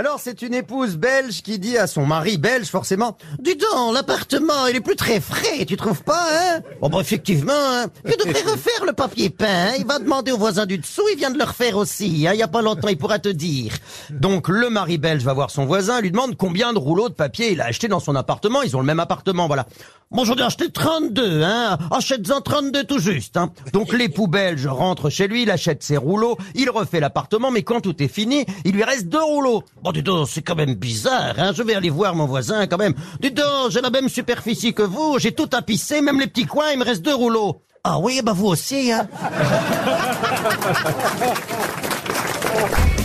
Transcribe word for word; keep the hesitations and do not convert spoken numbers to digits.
Alors, c'est une épouse belge qui dit à son mari belge, forcément, « Dis donc, l'appartement, il est plus très frais, tu trouves pas, hein ?» Bon, bah, effectivement, hein. Il devrait refaire le papier peint, hein. Il va demander au voisin du dessous, il vient de le refaire aussi, hein. Il y a pas longtemps, il pourra te dire. Donc, le mari belge va voir son voisin, lui demande combien de rouleaux de papier il a acheté dans son appartement. Ils ont le même appartement, voilà. Bon, j'en ai acheté trente-deux, hein. Achète-en trente-deux tout juste, hein. Donc, l'époux belge rentre chez lui, il achète ses rouleaux, il refait l'appartement, mais quand tout est fini, il lui reste deux rouleaux. Bon, dis donc, c'est quand même bizarre, hein. Je vais aller voir mon voisin, quand même. Dis donc, j'ai la même superficie que vous, j'ai tout tapissé, même les petits coins, il me reste deux rouleaux. Ah oui, bah vous aussi, hein.